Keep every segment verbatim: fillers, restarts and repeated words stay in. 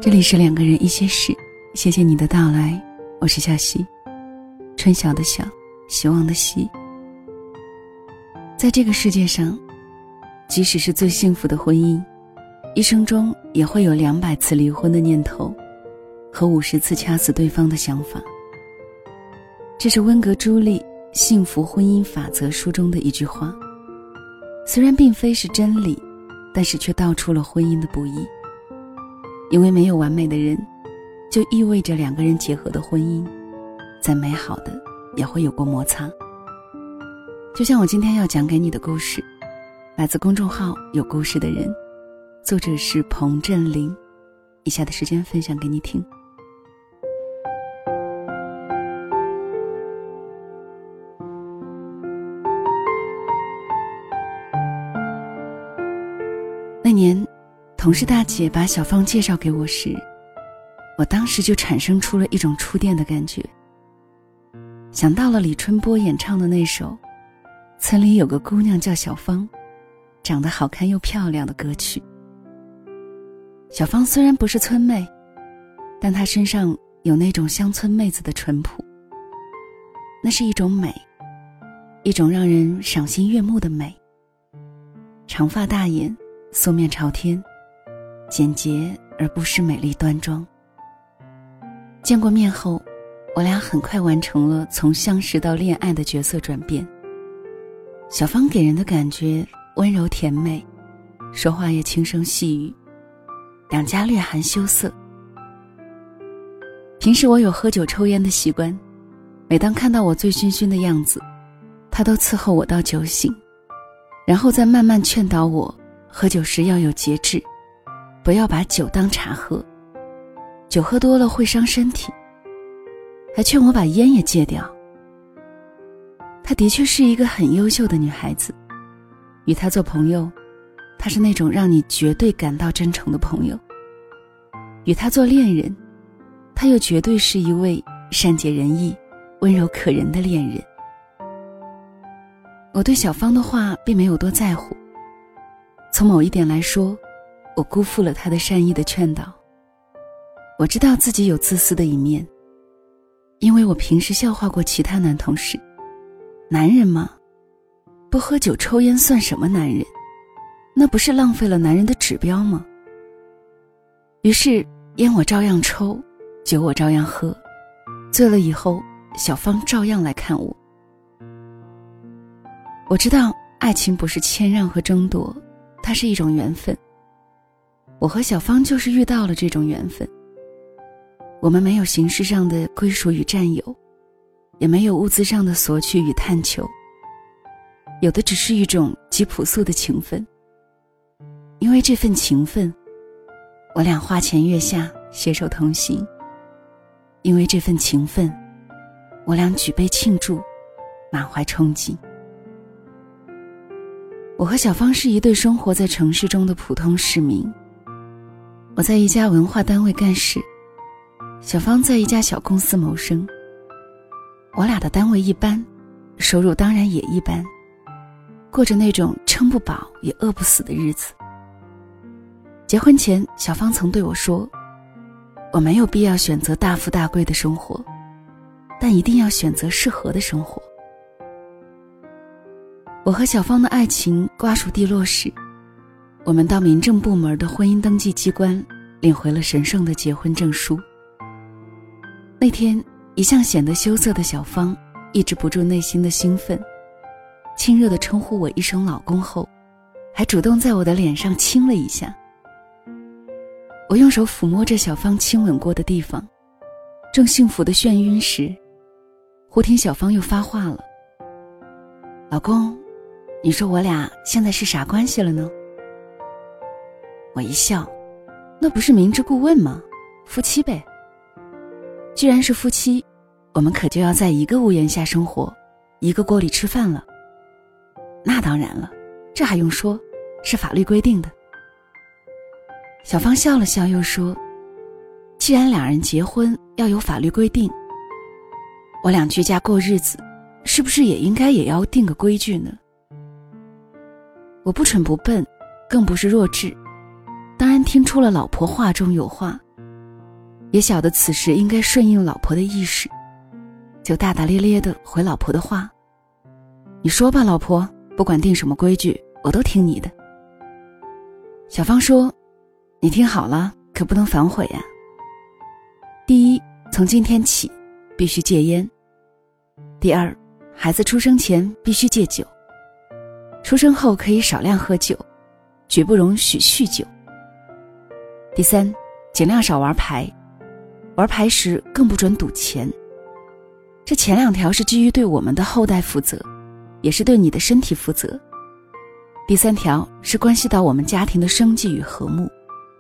这里是两个人一些事，谢谢你的到来，我是小溪，春晓的晓，希望的希。在这个世界上，即使是最幸福的婚姻，一生中也会有两百次离婚的念头和五十次掐死对方的想法。这是温格朱莉《幸福婚姻法则》书中的一句话，虽然并非是真理，但是却道出了婚姻的不易。因为没有完美的人，就意味着两个人结合的婚姻，再美好的也会有过摩擦。就像我今天要讲给你的故事，来自公众号有故事的人，作者是彭振林，以下的时间分享给你听。那年同事大姐把小芳介绍给我时，我当时就产生出了一种触电的感觉，想到了李春波演唱的那首村里有个姑娘叫小芳，长得好看又漂亮的歌曲。小芳虽然不是村妹，但她身上有那种乡村妹子的淳朴，那是一种美，一种让人赏心悦目的美。长发大眼，素面朝天，简洁而不失美丽端庄。见过面后，我俩很快完成了从相识到恋爱的角色转变。小芳给人的感觉温柔甜美，说话也轻声细语，两家略含羞涩。平时我有喝酒抽烟的习惯，每当看到我醉醺醺的样子，她都伺候我到酒醒，然后再慢慢劝导我喝酒时要有节制，不要把酒当茶喝，酒喝多了会伤身体，还劝我把烟也戒掉。她的确是一个很优秀的女孩子，与她做朋友，她是那种让你绝对感到真诚的朋友；与她做恋人，她又绝对是一位善解人意、温柔可人的恋人。我对小芳的话并没有多在乎，从某一点来说，我辜负了她的善意的劝导。我知道自己有自私的一面，因为我平时笑话过其他男同事，男人嘛，不喝酒抽烟算什么男人？那不是浪费了男人的指标吗？于是烟我照样抽，酒我照样喝，醉了以后，小芳照样来看我。我知道爱情不是谦让和争夺，它是一种缘分。我和小芳就是遇到了这种缘分。我们没有形式上的归属与占有，也没有物资上的索取与探求，有的只是一种极朴素的情分。因为这份情分，我俩花前月下，携手同行；因为这份情分，我俩举杯庆祝，满怀憧憬。我和小芳是一对生活在城市中的普通市民。我在一家文化单位干事，小芳在一家小公司谋生。我俩的单位一般，收入当然也一般，过着那种撑不饱也饿不死的日子。结婚前，小芳曾对我说，我没有必要选择大富大贵的生活，但一定要选择适合的生活。我和小芳的爱情瓜熟蒂落时，我们到民政部门的婚姻登记机关领回了神圣的结婚证书。那天，一向显得羞涩的小芳抑制不住内心的兴奋，亲热地称呼我一声老公后，还主动在我的脸上亲了一下。我用手抚摸着小芳亲吻过的地方，正幸福地眩晕时，忽听小芳又发话了，老公，你说我俩现在是啥关系了呢？我一笑，那不是明知故问吗？夫妻呗。既然是夫妻，我们可就要在一个屋檐下生活，一个锅里吃饭了。那当然了，这还用说，是法律规定的。小芳笑了笑又说，既然两人结婚要有法律规定，我俩居家过日子，是不是也应该也要定个规矩呢？我不蠢不笨，更不是弱智，当然听出了老婆话中有话， 也晓得此时应该顺应老婆的意识，就大大咧咧地回老婆的话：你说吧，老婆，不管定什么规矩，我都听你的。小芳说：你听好了，可不能反悔呀。第一，从今天起必须戒烟。第二，孩子出生前必须戒酒，出生后可以少量喝酒，绝不容许酗酒。第三，尽量少玩牌，玩牌时更不准赌钱。这前两条是基于对我们的后代负责，也是对你的身体负责。第三条是关系到我们家庭的生计与和睦。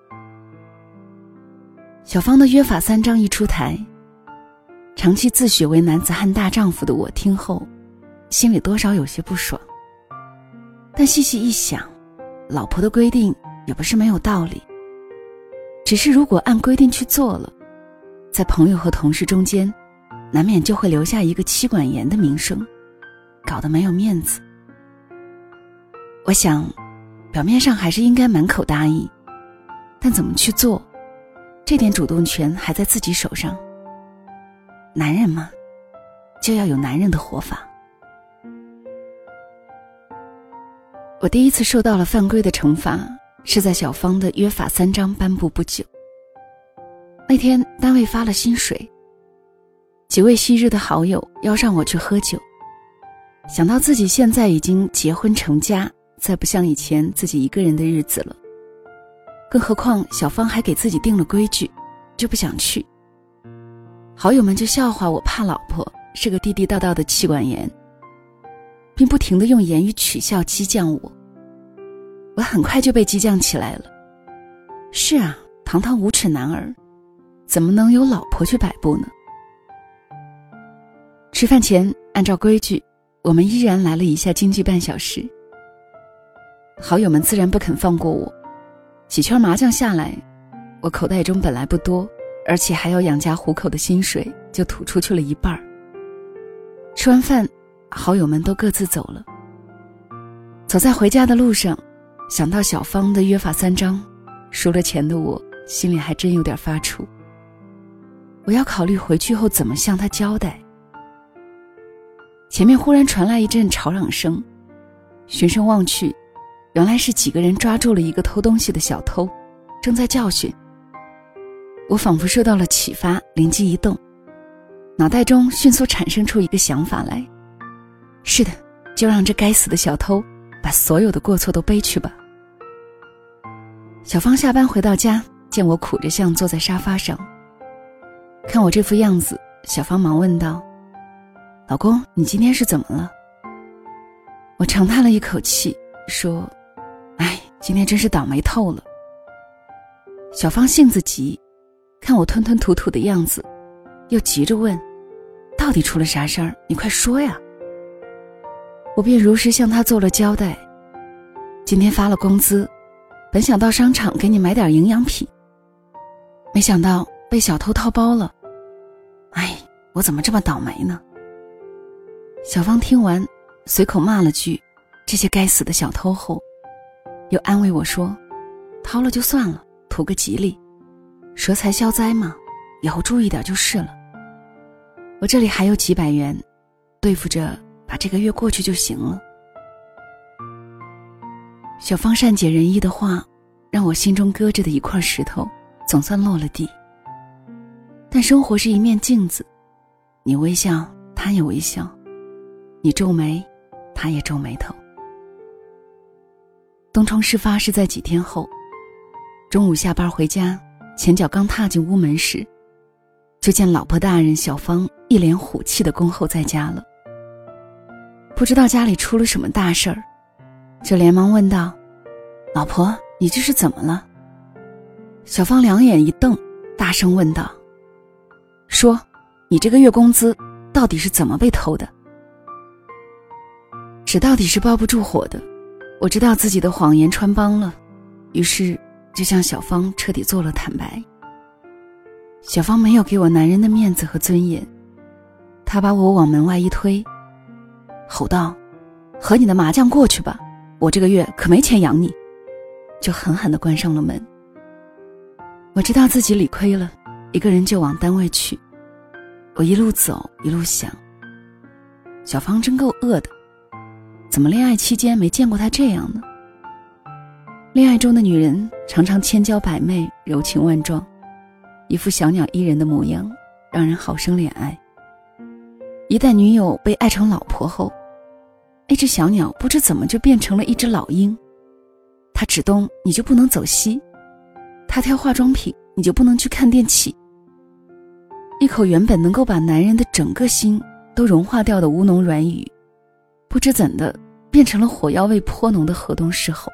小芳的约法三章一出台，长期自诩为男子汉大丈夫的我听后，心里多少有些不爽。但细细一想，老婆的规定也不是没有道理，只是如果按规定去做了，在朋友和同事中间难免就会留下一个妻管严的名声，搞得没有面子。我想表面上还是应该满口答应，但怎么去做，这点主动权还在自己手上。男人嘛，就要有男人的活法。我第一次受到了犯规的惩罚，是在小芳的约法三章颁布不久。那天单位发了薪水，几位昔日的好友邀上我去喝酒。想到自己现在已经结婚成家，再不像以前自己一个人的日子了，更何况小芳还给自己定了规矩，就不想去。好友们就笑话我怕老婆，是个地地道道的妻管严，并不停地用言语取笑激将我。我很快就被激将起来了。是啊，堂堂无耻男儿，怎么能由老婆去摆布呢？吃饭前按照规矩，我们依然来了一下京剧半小时。好友们自然不肯放过我，几圈麻将下来，我口袋中本来不多，而且还要养家糊口的薪水就吐出去了一半。吃完饭，好友们都各自走了。走在回家的路上，想到小芳的约法三章，输了钱的我心里还真有点发怵。我要考虑回去后怎么向她交代。前面忽然传来一阵吵嚷声，循声望去，原来是几个人抓住了一个偷东西的小偷，正在教训。我仿佛受到了启发，灵机一动，脑袋中迅速产生出一个想法来。是的，就让这该死的小偷把所有的过错都背去吧。小芳下班回到家，见我苦着相坐在沙发上，看我这副样子，小芳忙问道：老公，你今天是怎么了？我长叹了一口气说：哎，今天真是倒霉透了。小芳性子急，看我吞吞吐吐的样子，又急着问：到底出了啥事儿？你快说呀。我便如实向她做了交代。今天发了工资，本想到商场给你买点营养品，没想到被小偷掏包了。哎，我怎么这么倒霉呢？小芳听完，随口骂了句这些该死的小偷后，又安慰我说：掏了就算了，图个吉利，蛇财消灾嘛，以后注意点就是了。我这里还有几百元，对付着把这个月过去就行了。小芳善解人意的话，让我心中搁着的一块石头总算落了地。但生活是一面镜子，你微笑，他也微笑；你皱眉，他也皱眉头。东窗事发是在几天后，中午下班回家，前脚刚踏进屋门时，就见老婆大人小芳一脸虎气地恭候在家了。不知道家里出了什么大事儿，就连忙问道：老婆，你这是怎么了？小芳两眼一瞪，大声问道：说，你这个月工资到底是怎么被偷的？纸到底是包不住火的，我知道自己的谎言穿帮了，于是就向小芳彻底做了坦白。小芳没有给我男人的面子和尊严，她把我往门外一推，吼道：和你的麻将过去吧，我这个月可没钱养你，就狠狠地关上了门。我知道自己理亏了， 一个人就往单位去。我一路走一路想，小芳真够恶的，怎么恋爱期间没见过她这样呢？恋爱中的女人常常千娇百媚，柔情万状，一副小鸟依人的模样，让人好生怜爱。一旦女友被爱成老婆后，那只小鸟不知怎么就变成了一只老鹰，她指东你就不能走西，她挑化妆品你就不能去看电器。一口原本能够把男人的整个心都融化掉的吴侬软语，不知怎的变成了火药味颇浓的河东狮吼。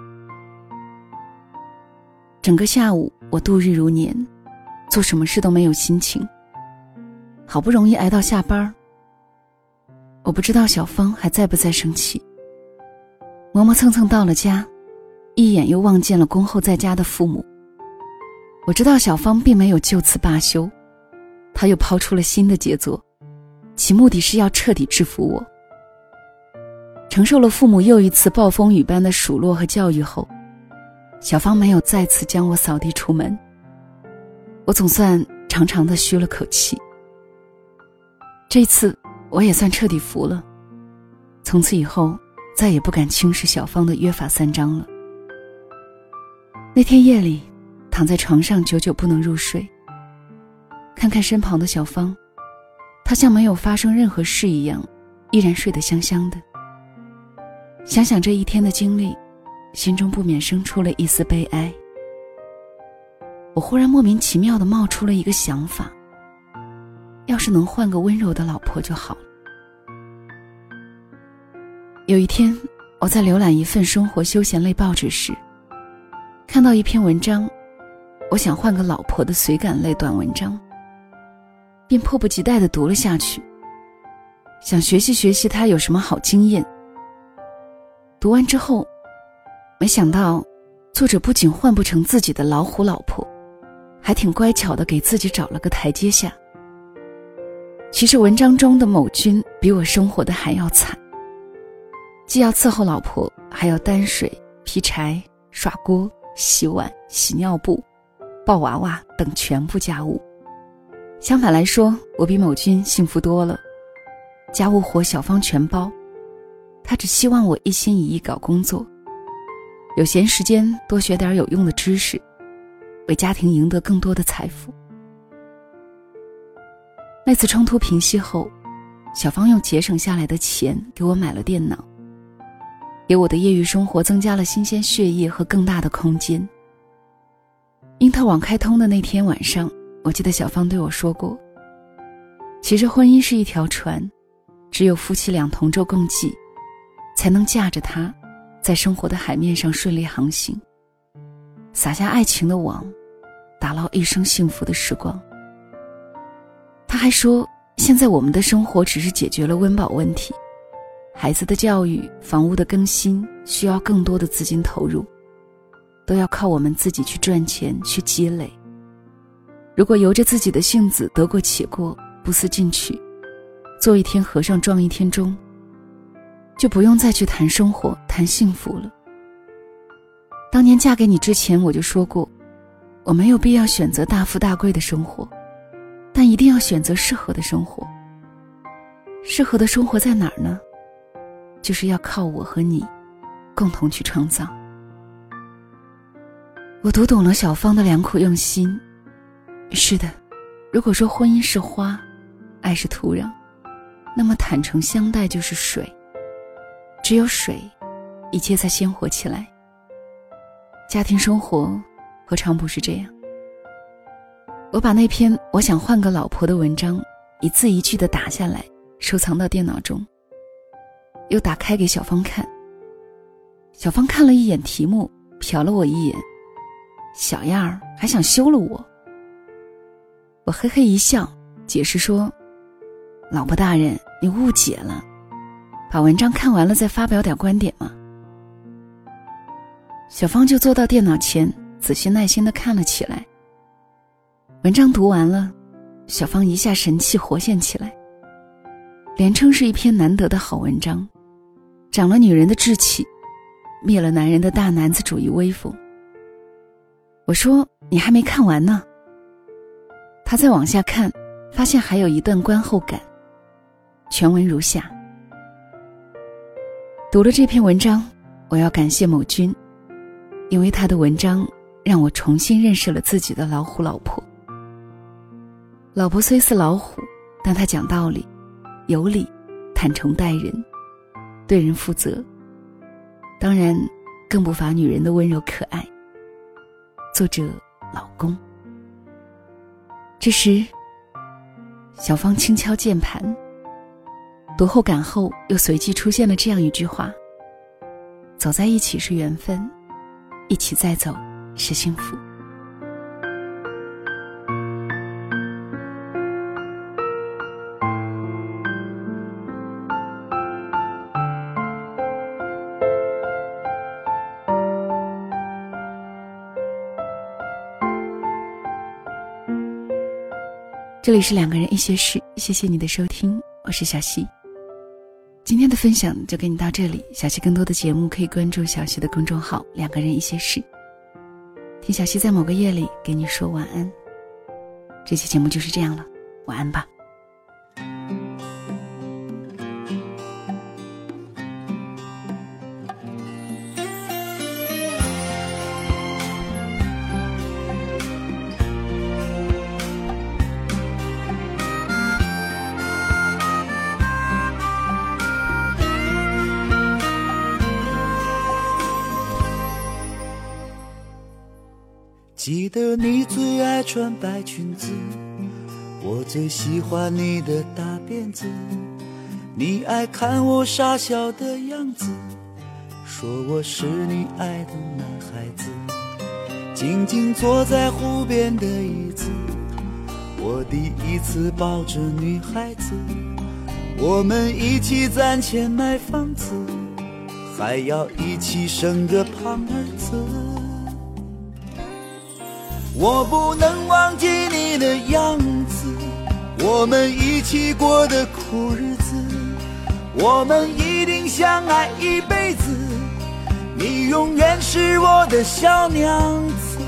整个下午我度日如年，做什么事都没有心情。好不容易挨到下班，我不知道小芳还在不在生气。磨磨蹭蹭到了家，一眼又望见了恭候在家的父母。我知道小芳并没有就此罢休，她又抛出了新的杰作，其目的是要彻底制服我。承受了父母又一次暴风雨般的数落和教育后，小芳没有再次将我扫地出门。我总算长长的吁了口气。这次我也算彻底服了，从此以后再也不敢轻视小芳的约法三章了。那天夜里躺在床上久久不能入睡，看看身旁的小芳，她像没有发生任何事一样，依然睡得香香的。想想这一天的经历，心中不免生出了一丝悲哀。我忽然莫名其妙地冒出了一个想法，要是能换个温柔的老婆就好了。有一天，我在浏览一份生活休闲类报纸时，看到一篇文章，我想换个老婆的随感类短文章，便迫不及待地读了下去，想学习学习他有什么好经验。读完之后，没想到作者不仅换不成自己的老虎老婆，还挺乖巧地给自己找了个台阶下。其实文章中的某君比我生活的还要惨，既要伺候老婆，还要担水、劈柴、刷锅、洗碗、洗尿布、抱娃娃等全部家务。相反来说，我比某君幸福多了，家务活小芳全包，她只希望我一心一意搞工作，有闲时间多学点有用的知识，为家庭赢得更多的财富。那次冲突平息后，小芳用节省下来的钱给我买了电脑，给我的业余生活增加了新鲜血液和更大的空间。英特网开通的那天晚上，我记得小芳对我说过，其实婚姻是一条船，只有夫妻俩同舟共济，才能驾着它在生活的海面上顺利航行，撒下爱情的网，打捞一生幸福的时光。他还说，现在我们的生活只是解决了温饱问题，孩子的教育、房屋的更新需要更多的资金投入，都要靠我们自己去赚钱，去积累。如果由着自己的性子得过且过，不思进取，做一天和尚撞一天钟，就不用再去谈生活、谈幸福了。当年嫁给你之前，我就说过，我没有必要选择大富大贵的生活，但一定要选择适合的生活。适合的生活在哪儿呢？就是要靠我和你共同去创造。我读懂了小芳的良苦用心。是的，如果说婚姻是花，爱是土壤，那么坦诚相待就是水。只有水，一切才鲜活起来。家庭生活何尝不是这样？我把那篇我想换个老婆的文章一字一句地打下来，收藏到电脑中，又打开给小芳看。小芳看了一眼题目，瞟了我一眼，小样儿还想休了我。我嘿嘿一笑，解释说，老婆大人，你误解了，把文章看完了再发表点观点嘛。小芳就坐到电脑前，仔细耐心地看了起来。文章读完了，小芳一下神气活现起来，连称是一篇难得的好文章，长了女人的志气，灭了男人的大男子主义威风。我说，你还没看完呢。 他再往下看，发现还有一段观后感，全文如下：读了这篇文章，我要感谢某君，因为他的文章让我重新认识了自己的老虎老婆。老婆虽似老虎，但她讲道理，有理，坦诚待人，对人负责，当然更不乏女人的温柔可爱。作者老公。这时小芳轻敲键盘，读后感后又随即出现了这样一句话：走在一起是缘分，一起再走是幸福。这里是两个人一些事，谢谢你的收听，我是小溪。今天的分享就给你到这里，小溪更多的节目可以关注小溪的公众号两个人一些事，听小溪在某个夜里给你说晚安。这期节目就是这样了，晚安吧。 记得你最爱穿白裙子，我最喜欢你的大辫子，你爱看我傻笑的样子，说我是你爱的男孩子。静静坐在湖边的椅子，我第一次抱着女孩子，我们一起攒钱买房子，还要一起生个胖儿子。我不能忘记你的样子，我们一起过的苦日子，我们一定相爱一辈子，你永远是我的小娘子。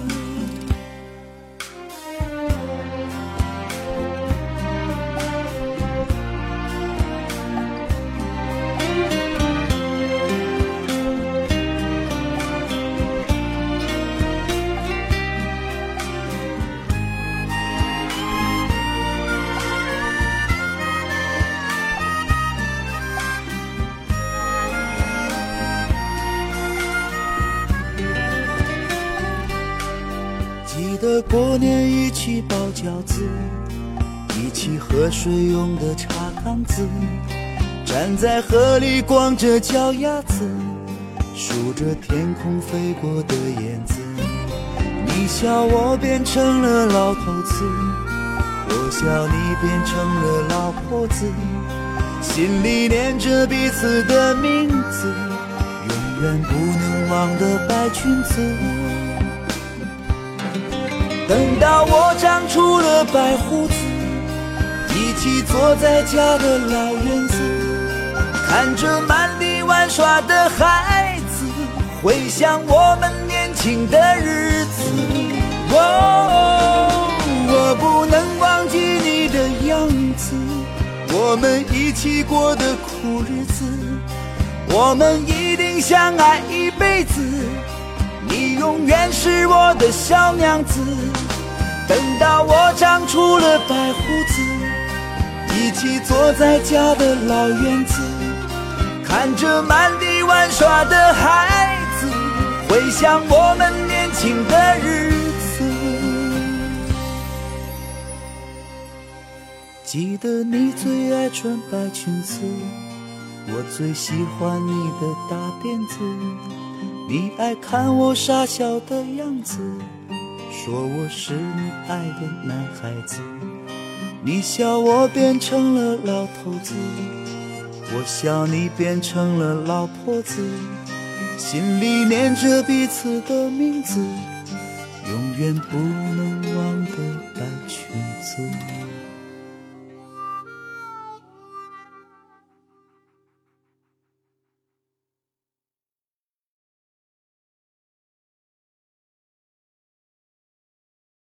记得过年一起包饺子，一起喝水用的茶缸子，站在河里光着脚丫子，数着天空飞过的燕子。你笑我变成了老头子，我笑你变成了老婆子，心里念着彼此的名字，永远不能忘的白裙子。等到我长出了白胡子，一起坐在家的老院子，看着满地玩耍的孩子，回想我们年轻的日子。哦，我不能忘记你的样子，我们一起过的苦日子，我们一定相爱一辈子，你永远是我的小娘子。等到我长出了白胡子，一起坐在家的老院子，看着满地玩耍的孩子，回想我们年轻的日子。记得你最爱穿白裙子，我最喜欢你的大辫子，你爱看我傻笑的样子，说我是你爱的男孩子。你笑我变成了老头子，我笑你变成了老婆子，心里念着彼此的名字，永远不能